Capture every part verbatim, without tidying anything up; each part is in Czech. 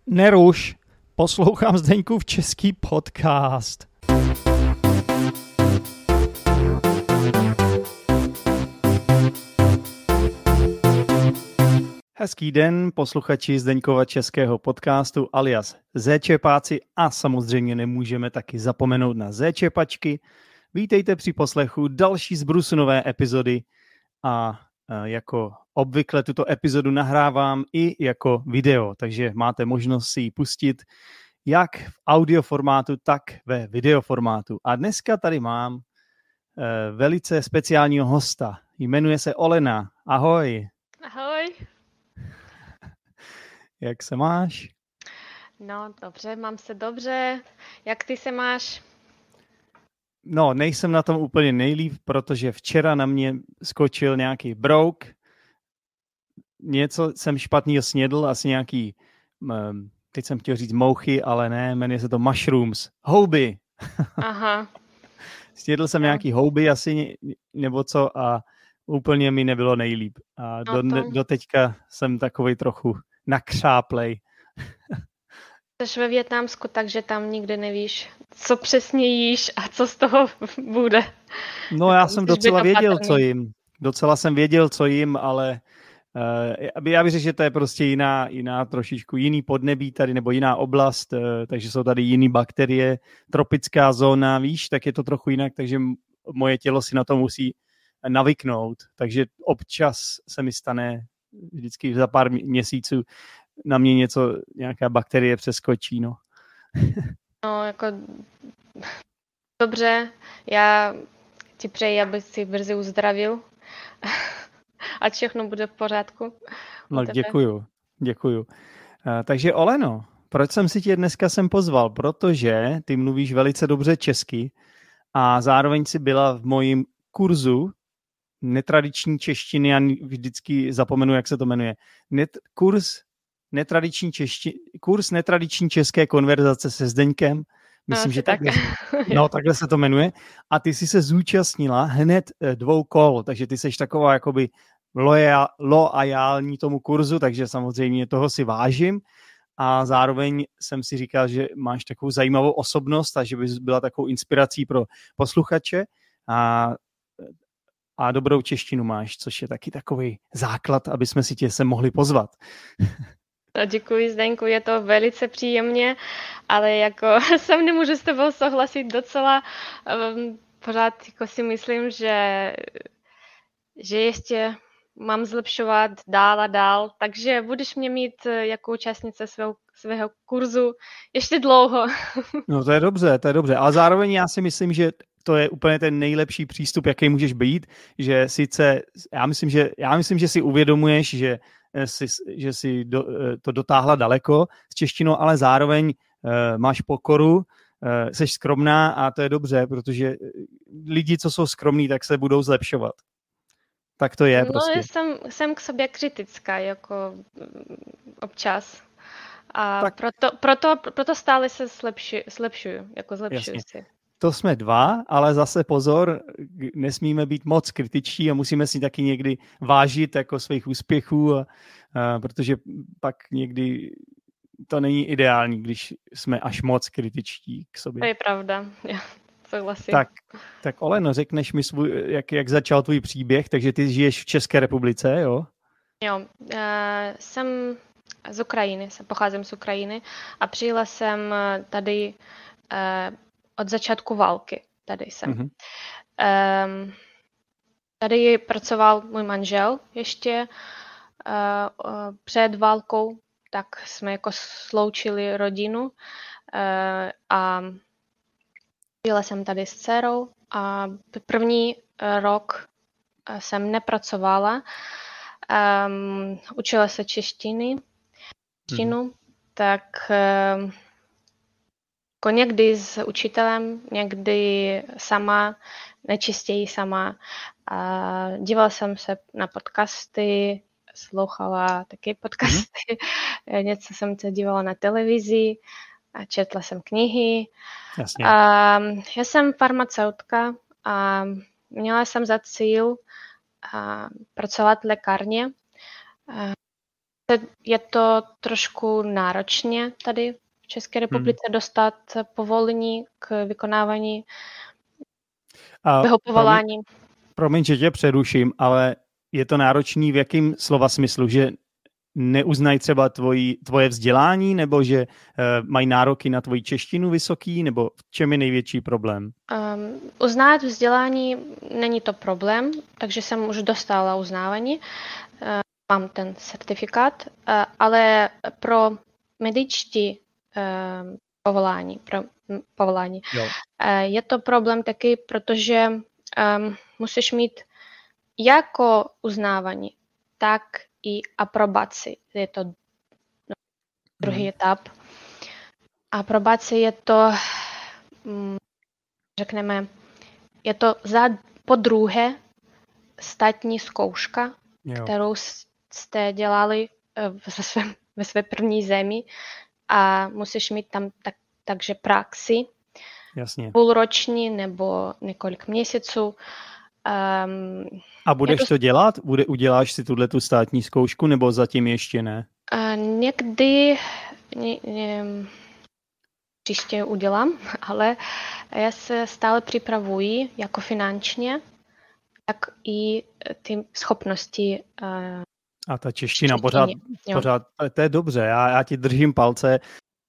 Neruš, poslouchám Zdeňkův český podcast. Hezký den, posluchači Zdeňkova českého podcastu alias Zéčepáci a samozřejmě nemůžeme taky zapomenout na Zéčepačky. Vítejte při poslechu další z Brusunové epizody a jako obvykle tuto epizodu nahrávám i jako video, takže máte možnost si ji pustit jak v audio formátu, tak ve video formátu. A dneska tady mám eh, velice speciálního hosta. Jmenuje se Olena. Ahoj. Ahoj. Jak se máš? No, dobře, mám se dobře. Jak ty se máš? No, nejsem na tom úplně nejlíp, protože včera na mě skočil nějaký brouk. Něco jsem špatného snědl, asi nějaký, um, teď jsem chtěl říct mouchy, ale ne, jmenuje se to mushrooms. Houby. Aha. Snědl jsem no. nějaký houby asi nebo co a úplně mi nebylo nejlíp. A do, no to... do teďka jsem takovej trochu nakřáplej. Jsi ve Vietnamsku, takže tam nikdy nevíš, co přesně jíš a co z toho bude. No já jsem docela věděl, co jím. Docela jsem věděl, co jím, ale uh, já bych řekl, že to je prostě jiná, jiná trošičku jiný podnebí tady, nebo jiná oblast, uh, takže jsou tady jiný bakterie, tropická zóna, víš, tak je to trochu jinak, takže moje tělo si na to musí navyknout. Takže občas se mi stane vždycky za pár měsíců na mě něco, nějaká bakterie přeskočí, no. No, jako dobře, já ti přeji, aby si brzy uzdravil. Ať všechno bude v pořádku. No, děkuju, děkuju. Uh, takže Oleno, proč jsem si tě dneska sem pozval? Protože ty mluvíš velice dobře česky a zároveň si byla v mojím kurzu netradiční češtiny, já vždycky zapomenu, jak se to jmenuje. Net, kurz netradiční češti, kurz netradiční české konverzace se Zdeňkem. Myslím, no, že takhle, tak. no, takhle se to jmenuje. A ty jsi se zúčastnila hned dvou kol, takže ty seš taková jakoby loja, loajální tomu kurzu, takže samozřejmě toho si vážím. A zároveň jsem si říkal, že máš takovou zajímavou osobnost a že bys byla takovou inspirací pro posluchače. A A dobrou češtinu máš, což je taky takový základ, aby jsme si tě sem mohli pozvat. No, děkuji, Zdeňku, je to velice příjemně, ale jako jsem nemůžu s tebou souhlasit docela. Um, pořád jako si myslím, že, že ještě mám zlepšovat dál a dál, takže budeš mě mít jako účastnice svého, svého kurzu ještě dlouho. No to je dobře, to je dobře. Ale zároveň já si myslím, že to je úplně ten nejlepší přístup, jaký můžeš být, že sice, já myslím, že, já myslím, že si uvědomuješ, že si, že si do, to dotáhla daleko s češtinou, ale zároveň uh, máš pokoru, uh, seš skromná a to je dobře, protože lidi, co jsou skromní, tak se budou zlepšovat. Tak to je no, prostě. No, jsem, jsem k sobě kritická, jako občas. A tak. proto, proto, proto stále se zlepši, zlepšuju, jako zlepšuju si. To jsme dva, ale zase pozor, nesmíme být moc kritičtí a musíme si taky někdy vážit jako svých úspěchů, a, a, protože pak někdy to není ideální, když jsme až moc kritičtí k sobě. To je pravda, já souhlasím. Tak, tak Oleno, řekneš mi, svůj, jak, jak začal tvůj příběh, takže ty žiješ v České republice, jo? Jo, uh, jsem z Ukrajiny, pocházím z Ukrajiny a přijela jsem tady uh, od začátku války. Tady jsem. Mm-hmm. Um, tady pracoval můj manžel ještě uh, uh, před válkou, tak jsme jako sloučili rodinu uh, a byla jsem tady s dcerou a první uh, rok uh, jsem nepracovala. Um, učila se češtiny, češtinu, mm-hmm. tak uh, jako někdy s učitelem, někdy sama, nejčastěji sama. A dívala jsem se na podcasty, slouchala taky podcasty, mm-hmm. něco jsem se dívala na televizi, a četla jsem knihy. Jasně. A já jsem farmaceutka a měla jsem za cíl a pracovat v lékárně. A je to trošku náročně tady v České republice hmm. dostat povolení k vykonávání svého povolání. Promiň, promiň, že tě přeruším, ale je to náročný v jakém slova smyslu, že neuznají třeba tvoji, tvoje vzdělání, nebo že uh, mají nároky na tvoji češtinu vysoký, nebo v čem je největší problém? Um, uznat vzdělání není to problém, takže jsem už dostala uznávání, uh, mám ten certifikát, uh, ale pro medičtí uh, povolání, pro m, povolání uh, je to problém taky, protože um, musíš mít jako uznávání, tak i aprobaci. Je to druhý hmm. etap. Aprobace je to, řekneme, je to za po druhé státní zkouška, jo. kterou jste dělali ve své, ve své první zemi a musíš mít tam tak, takže praxi. Jasně. Půlroční nebo několik měsíců. Um, a budeš to... to dělat? Bude, uděláš si tuhletu státní zkoušku, nebo zatím ještě ne? Uh, někdy ně, ně, příště udělám, ale já se stále připravuji jako finančně, tak i ty schopnosti. Uh, a ta čeština pořád, pořád, to je dobře, já, já ti držím palce.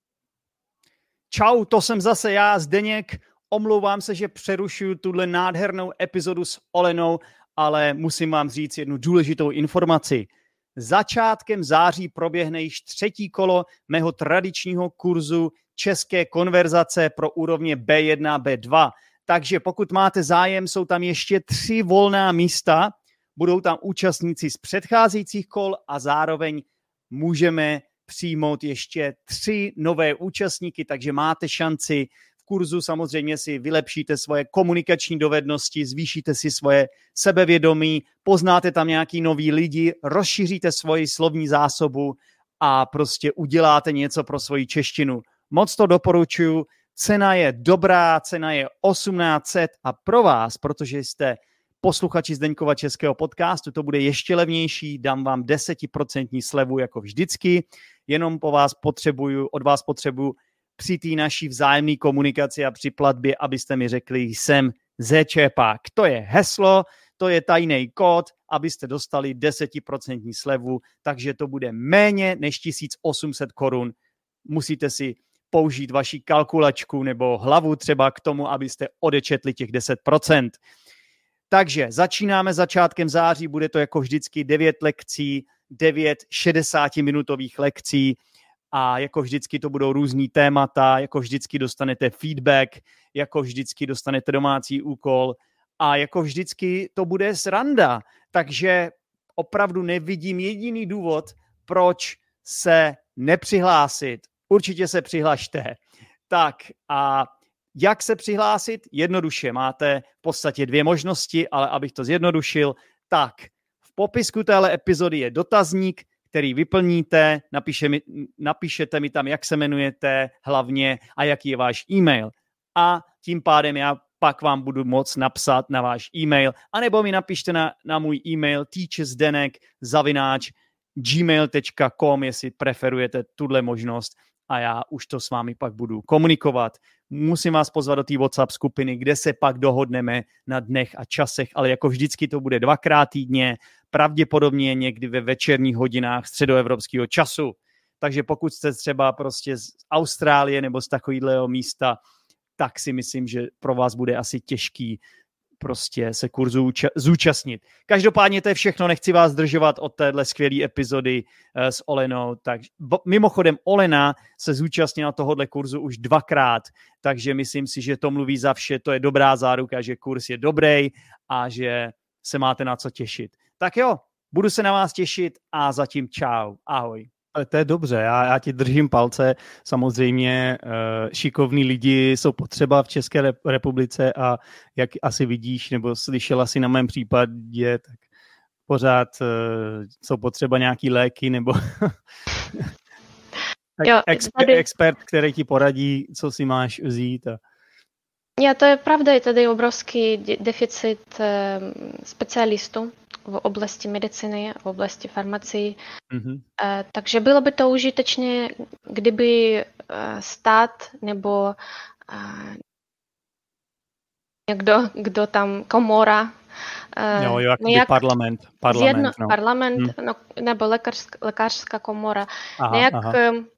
Čau, to jsem zase já, Zdeněk. Omlouvám se, že přerušuju tuhle nádhernou epizodu s Olenou, ale musím vám říct jednu důležitou informaci. Začátkem září proběhne již třetí kolo mého tradičního kurzu české konverzace pro úrovně bé jedna a bé dva. Takže pokud máte zájem, jsou tam ještě tři volná místa, budou tam účastníci z předcházejících kol a zároveň můžeme přijmout ještě tři nové účastníky, takže máte šanci. V kurzu samozřejmě si vylepšíte svoje komunikační dovednosti, zvýšíte si svoje sebevědomí, poznáte tam nějaký nový lidi, rozšíříte svoji slovní zásobu a prostě uděláte něco pro svoji češtinu. Moc to doporučuji, cena je dobrá, cena je osmnáct set a pro vás, protože jste posluchači Zdeňkova českého podcastu, to bude ještě levnější, dám vám desetiprocentní slevu jako vždycky, jenom po vás potřebuju, od vás potřebuju při té naší vzájemné komunikaci a při platbě, abyste mi řekli, jsem Zéčepák. To je heslo, to je tajný kód, abyste dostali desetiprocentní slevu, takže to bude méně než tisíc osm set korun. Musíte si použít vaši kalkulačku nebo hlavu třeba k tomu, abyste odečetli těch deset procent. Takže začínáme začátkem září, bude to jako vždycky devět lekcí, devět šedesátiminutových lekcí a jako vždycky to budou různý témata, jako vždycky dostanete feedback, jako vždycky dostanete domácí úkol a jako vždycky to bude sranda. Takže opravdu nevidím jediný důvod, proč se nepřihlásit. Určitě se přihlašte. Tak a jak se přihlásit? Jednoduše. Máte v podstatě dvě možnosti, ale abych to zjednodušil, tak v popisku téhle epizody je dotazník, který vyplníte, napíše mi, napíšete mi tam, jak se jmenujete hlavně a jaký je váš e-mail. A tím pádem já pak vám budu moct napsat na váš e-mail, anebo mi napište na, na můj e-mail teachersdenek zavináč gmail tečka com, jestli preferujete tuhle možnost a já už to s vámi pak budu komunikovat. Musím vás pozvat do té WhatsApp skupiny, kde se pak dohodneme na dnech a časech, ale jako vždycky to bude dvakrát týdně, pravděpodobně někdy ve večerních hodinách středoevropského času. Takže pokud jste třeba prostě z Austrálie nebo z takového místa, tak si myslím, že pro vás bude asi těžký prostě se kurzu zúčastnit. Každopádně to je všechno, nechci vás zdržovat od téhle skvělé epizody uh, s Olenou. Tak, bo, mimochodem Olena se zúčastnila tohohle kurzu už dvakrát, takže myslím si, že to mluví za vše, to je dobrá záruka, že kurz je dobrý a že se máte na co těšit. Tak jo, budu se na vás těšit a zatím čau, ahoj. Ale to je dobře, já, já ti držím palce, samozřejmě uh, šikovní lidi jsou potřeba v České republice a jak asi vidíš nebo slyšela si na mém případě, tak pořád uh, jsou potřeba nějaký léky nebo jo, expert, expert, který ti poradí, co si máš vzít. A... Ja, to je pravda, je tady obrovský deficit specialistů v oblasti medicíny, v oblasti farmacii. Mm-hmm. Takže bylo by to užitečné, kdyby stát nebo někdo, kdo tam, komora, jo, jo, nějak parlament, parlament, zjedno, no. parlament hmm. no, nebo lékařská, lékařská komora, aha, nějak, aha.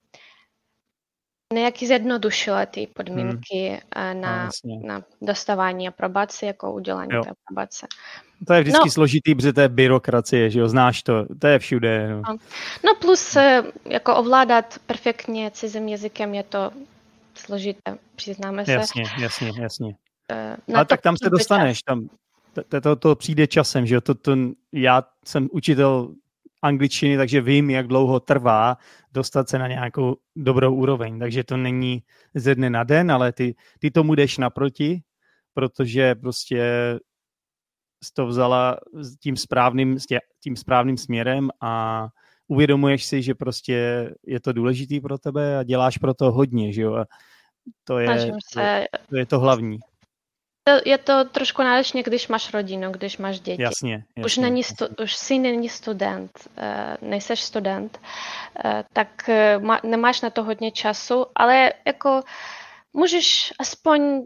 nějak zjednodušila ty podmínky hmm. na, no, na dostávání aprobace, jako udělání jo. té aprobace. To je vždycky no, složitý, protože to je byrokracie, že jo, znáš to, to je všude. No, no plus jako ovládat perfektně cizím jazykem je to složité, přiznáme se. Jasně, jasně, jasně. Na Ale tak tam se dostaneš, tam to, to, to přijde časem, že jo, to, to, já jsem učitel angličtiny, takže vím, jak dlouho trvá dostat se na nějakou dobrou úroveň, takže to není ze dne na den, ale ty, ty tomu jdeš naproti, protože prostě jsi to vzala tím správným, tím správným směrem a uvědomuješ si, že prostě je to důležitý pro tebe a děláš pro to hodně, že jo, a to je, to, to je to hlavní. Je to trošku náročné, když máš rodinu, když máš děti. Jasně, jasně, už, není stu, už jsi není student, nejseš student, tak nemáš na to hodně času, ale jako můžeš aspoň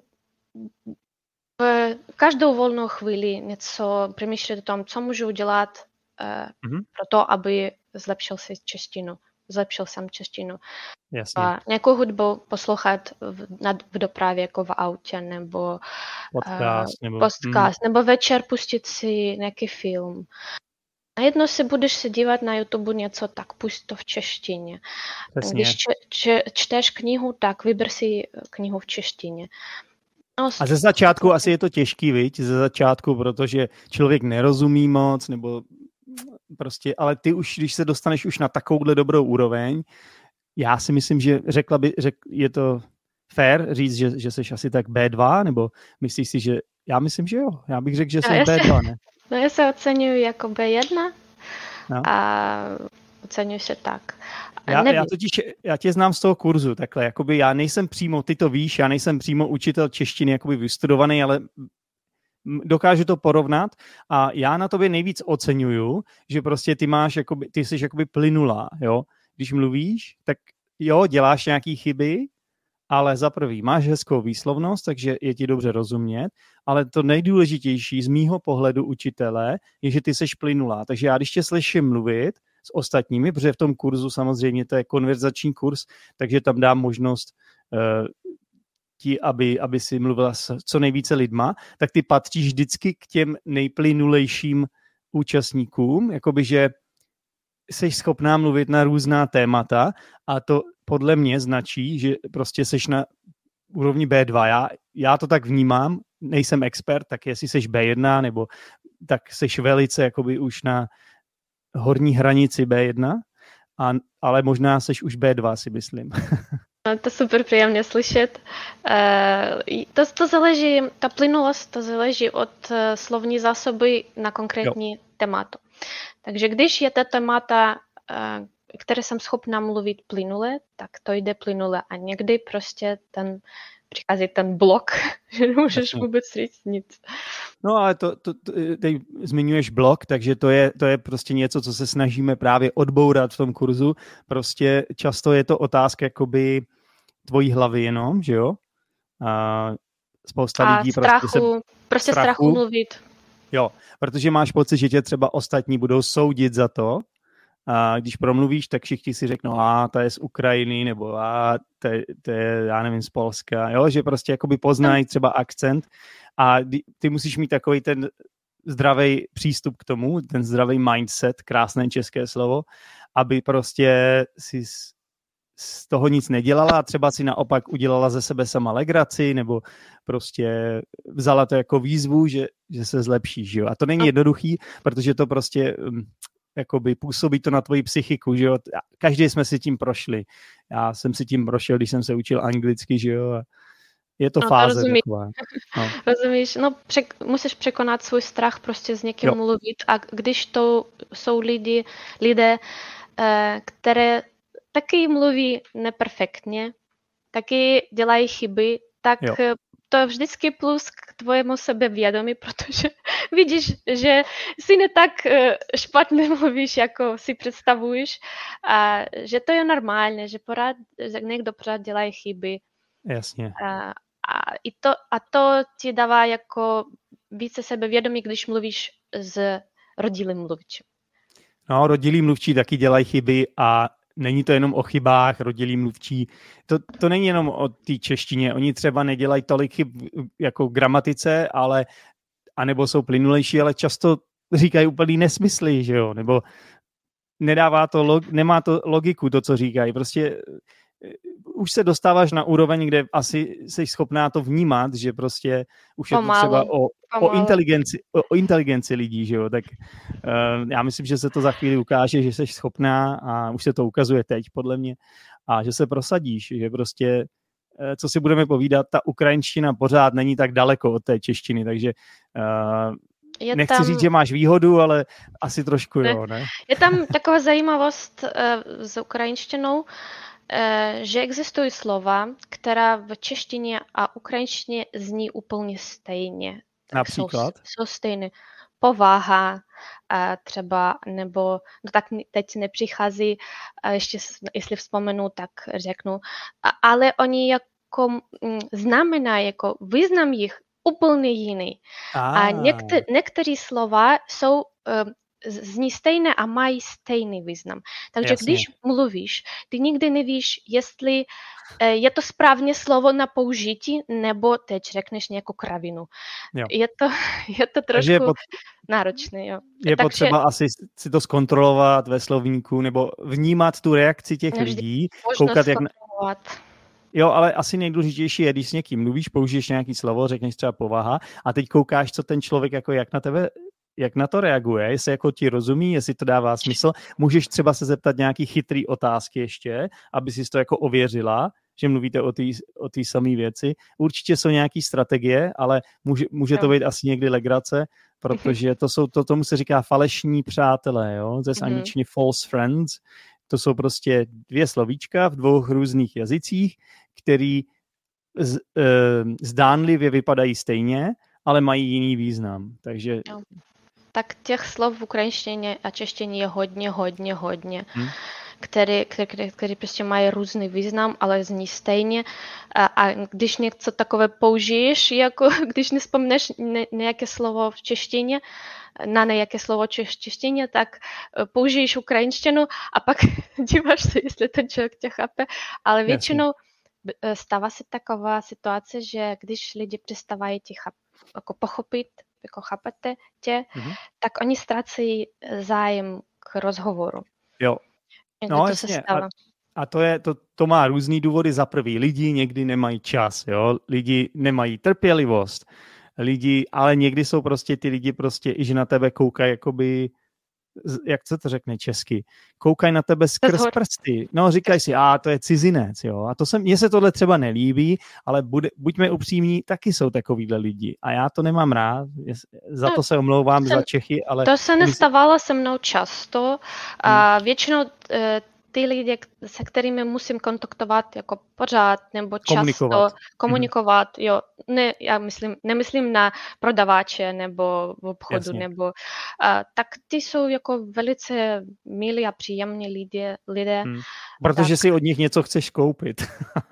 v každou volnou chvíli něco přemýšlet o tom, co můžu udělat mm-hmm. pro to, aby zlepšil si češtinu. Zlepšil jsem češtinu. Jasně. A nějakou hudbu poslouchat v, na, v dopravě, jako v autě, nebo podcast, uh, nebo, podcast mm. nebo večer pustit si nějaký film. Najednou se budeš se dívat na YouTube něco, tak pusť to v češtině. Přesně. Když če, če, čteš knihu, tak vyber si knihu v češtině. No, a ze začátku to... asi je to těžký, viď? Ze začátku, protože člověk nerozumí moc, nebo prostě, ale ty už, když se dostaneš už na takovouhle dobrou úroveň, já si myslím, že řekla by, řek, je to fair říct, že, že jsi asi tak bé dva, nebo myslíš si, že, já myslím, že jo, já bych řekl, že jsi no, bé dva, ne? No já se oceňuji jako bé jedna no. a oceňuji se tak. Já, já totiž, já tě znám z toho kurzu, takhle, jakoby já nejsem přímo, ty to víš, já nejsem přímo učitel češtiny, jakoby vystudovaný, ale dokážu to porovnat a já na tobě nejvíc oceňuju, že prostě ty máš, jakoby, ty jsi jakoby plynulá, jo. Když mluvíš, tak jo, děláš nějaký chyby, ale za prvý máš hezkou výslovnost, takže je ti dobře rozumět, ale to nejdůležitější z mýho pohledu učitele je, že ty seš plynulá. Takže já když tě slyším mluvit s ostatními, protože v tom kurzu samozřejmě to je konverzační kurz, takže tam dám možnost uh, ti, aby, aby si mluvila s co nejvíce lidma, tak ty patříš vždycky k těm nejplynulejším účastníkům, jakoby, že jsi schopná mluvit na různá témata a to podle mě značí, že prostě seš na úrovni bé dva. Já, já to tak vnímám, nejsem expert, tak jestli seš bé jedna, nebo tak seš velice jakoby už na horní hranici bé jedna, a, ale možná seš už bé dva, si myslím. To super příjemně slyšet. To, to záleží, ta plynulost, to záleží od slovní zásoby na konkrétní jo. tématu. Takže když je ta témata, které jsem schopná mluvit plynule, tak to jde plynule. A někdy prostě ten, přichází ten blok, že nemůžeš vůbec říct nic. No ale to, to, to teď zmiňuješ blok, takže to je, to je prostě něco, co se snažíme právě odbourat v tom kurzu. Prostě často je to otázka jakoby tvojí hlavy jenom, že jo? A spousta a lidí strachu, prostě se... prostě strachu, strachu mluvit. Jo, protože máš pocit, že tě třeba ostatní budou soudit za to, a když promluvíš, tak všichni si řeknou, a ta je z Ukrajiny, nebo a to je, to je, já nevím, z Polska, jo, že prostě jakoby poznají třeba akcent a ty musíš mít takový ten zdravý přístup k tomu, ten zdravý mindset, krásné české slovo, aby prostě si z toho nic nedělala a třeba si naopak udělala ze sebe sama legraci, nebo prostě vzala to jako výzvu, že, že se zlepšíš, jo. A to není jednoduchý, protože to prostě um, jakoby působí to na tvoji psychiku, že jo. Každý jsme si tím prošli. Já jsem si tím prošel, když jsem se učil anglicky, že jo. A je to no, fáze rozumí. taková. No. Rozumíš, no přek, musíš překonat svůj strach prostě s někým jo. mluvit a když to jsou lidi, lidé, eh, které taky mluví neperfektně, taky dělají chyby, tak jo. to je vždycky plus k tvojemu sebevědomí, protože vidíš, že si ne tak špatně mluvíš, jako si představuješ, a že to je normálně, že pořád, že někdo pořád dělá chyby. Jasně. A, a, i to, a to ti dává jako více sebevědomí, když mluvíš s rodilým mluvčím. No, rodilí mluvčí taky dělají chyby a není to jenom o chybách, rodilí mluvčí. To, to není jenom o té češtině. Oni třeba nedělají tolik chyb jako gramatice, ale anebo jsou plynulejší, ale často říkají úplný nesmysly, že jo? Nebo nedává to, log, nemá to logiku, to, co říkají. Prostě už se dostáváš na úroveň, kde asi jsi schopná to vnímat, že prostě už je Pomalu, to třeba o, o, inteligenci, o, o inteligenci lidí, že jo, tak uh, já myslím, že se to za chvíli ukáže, že jsi schopná a už se to ukazuje teď, podle mě, a že se prosadíš, že prostě, uh, co si budeme povídat, ta ukrajinština pořád není tak daleko od té češtiny, takže uh, je nechci tam... říct, že máš výhodu, ale asi trošku ne. jo, ne? Je tam taková zajímavost uh, s ukrajinštinou, že existují slova, která v češtině a ukrajinštině zní úplně stejně. Například? Jsou, jsou stejné. Povaha třeba, nebo no tak teď nepřichází, ještě jestli vzpomenu, tak řeknu, ale oni jako znamenají, jako význam jich úplně jiný. A, a některé, některé slova jsou zní stejné a mají stejný význam. Takže Jasně. Když mluvíš, ty nikdy nevíš, jestli je to správně slovo na použití, nebo teď řekneš nějakou kravinu. Jo. Je to, je to trošku je pot... náročné. Jo. Je Takže... potřeba asi si to zkontrolovat ve slovníku, nebo vnímat tu reakci těch Nevždy lidí. Koukat, jak... Jo, ale asi nejdůležitější je, když s někým mluvíš, použiješ nějaký slovo, řekneš třeba povaha a teď koukáš, co ten člověk jako jak na tebe jak na to reaguje, jestli jako ti rozumí, jestli to dává smysl. Můžeš třeba se zeptat nějaký chytrý otázky ještě, aby si to jako ověřila, že mluvíte o té o té samé věci. Určitě jsou nějaké strategie, ale může, může to být asi někdy legrace, protože to jsou, to, tomu se říká falešní přátelé, jo, ze z angličtiny false friends. To jsou prostě dvě slovíčka v dvou různých jazycích, který z, e, zdánlivě vypadají stejně, ale mají jiný význam. Takže jo. Tak těch slov v ukrajinštině a češtině je hodně, hodně, hodně, hmm. které, které, které prostě mají různý význam, ale zní stejně. A, a když něco takové použiješ, jako když nespomneš ne, nějaké slovo v češtině, na nějaké slovo v češtině, tak použiješ ukrajinštinu a pak díváš se, jestli ten člověk tě chápe. Ale většinou Jasně. stává se taková situace, že když lidi přestávají tě cháp, jako pochopit, jako chápete tě, mm-hmm. tak oni ztrácejí zájem k rozhovoru. Jo. No to jasně. A, a to, je, to, to má různý důvody. Za prvý, lidi někdy nemají čas, jo. Lidi nemají trpělivost. Lidi, ale někdy jsou prostě ty lidi prostě i že na tebe koukají jakoby, jak se to řekne česky, koukají na tebe skrz prsty. No, říkají si, a to je cizinec, jo. A to se, mně se tohle třeba nelíbí, ale bude, buďme upřímní, taky jsou takovýhle lidi. A já to nemám rád, za to se omlouvám, jsem, za Čechy, ale... To se nestávalo se mnou často. A většinou ty lidi, se kterými musím kontaktovat jako pořád nebo často, komunikovat, komunikovat mm-hmm. jo, ne, já myslím, nemyslím na prodavače nebo v obchodu, Jasně. nebo, a, tak ty jsou jako velice milí a příjemní lidé. lidé hmm. Protože tak. si od nich něco chceš koupit.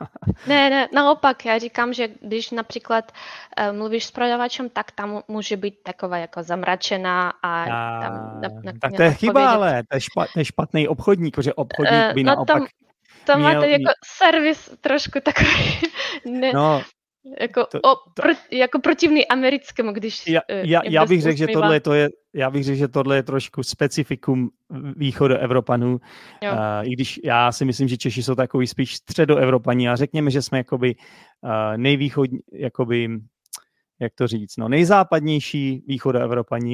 ne, ne, naopak, já říkám, že když například uh, mluvíš s prodavačem, tak tam může být taková jako zamračená a... a tam, na, na, tak to je chyba, ale to je, špat, to je špatný obchodník, protože obchodník uh, by no naopak... Tam, to měl, máte jako servis trošku takový... ne, no, jako, to, o, to, pro, jako protivný americkému, když... Já, já, já bych řekl, že tohle to je, já bych řekl, že tohle je trošku specifikum východoevropanů, uh, i když já si myslím, že Češi jsou takový spíš středoevropaní a řekněme, že jsme jakoby uh, nejvýchodní, jakoby, jak to říct, no, nejzápadnější východoevropaní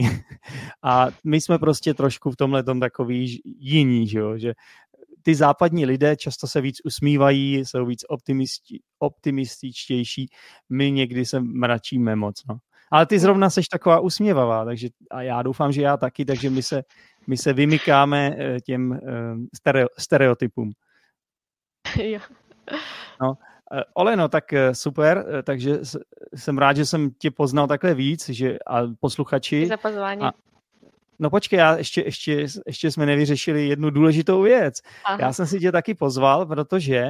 a my jsme prostě trošku v tomhletom takový jiní, že jo, že ty západní lidé často se víc usmívají, jsou víc optimisti, optimističtější, my někdy se mračíme moc, no. Ale ty zrovna seš taková usměvavá, takže a já doufám, že já taky, takže my se, my se vymykáme těm stereo, stereotypům. Jo. No, Oleno, tak super, takže jsem rád, že jsem tě poznal takhle víc, že a posluchači. Za pozvání. A, no počkej, já ještě, ještě, ještě jsme nevyřešili jednu důležitou věc. Aha. Já jsem si tě taky pozval, protože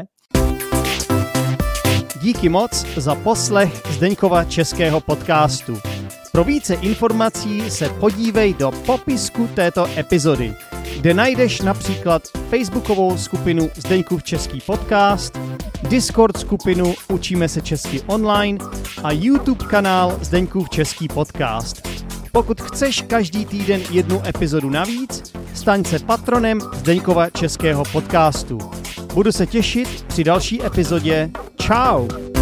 díky moc za poslech Zdeňkova českého podcastu. Pro více informací se podívej do popisku této epizody, kde najdeš například facebookovou skupinu Zdeňkův český podcast, Discord skupinu Učíme se česky online a YouTube kanál Zdeňkův český podcast. Pokud chceš každý týden jednu epizodu navíc, staň se patronem Zdeňkova českého podcastu. Budu se těšit při další epizodě. Čau!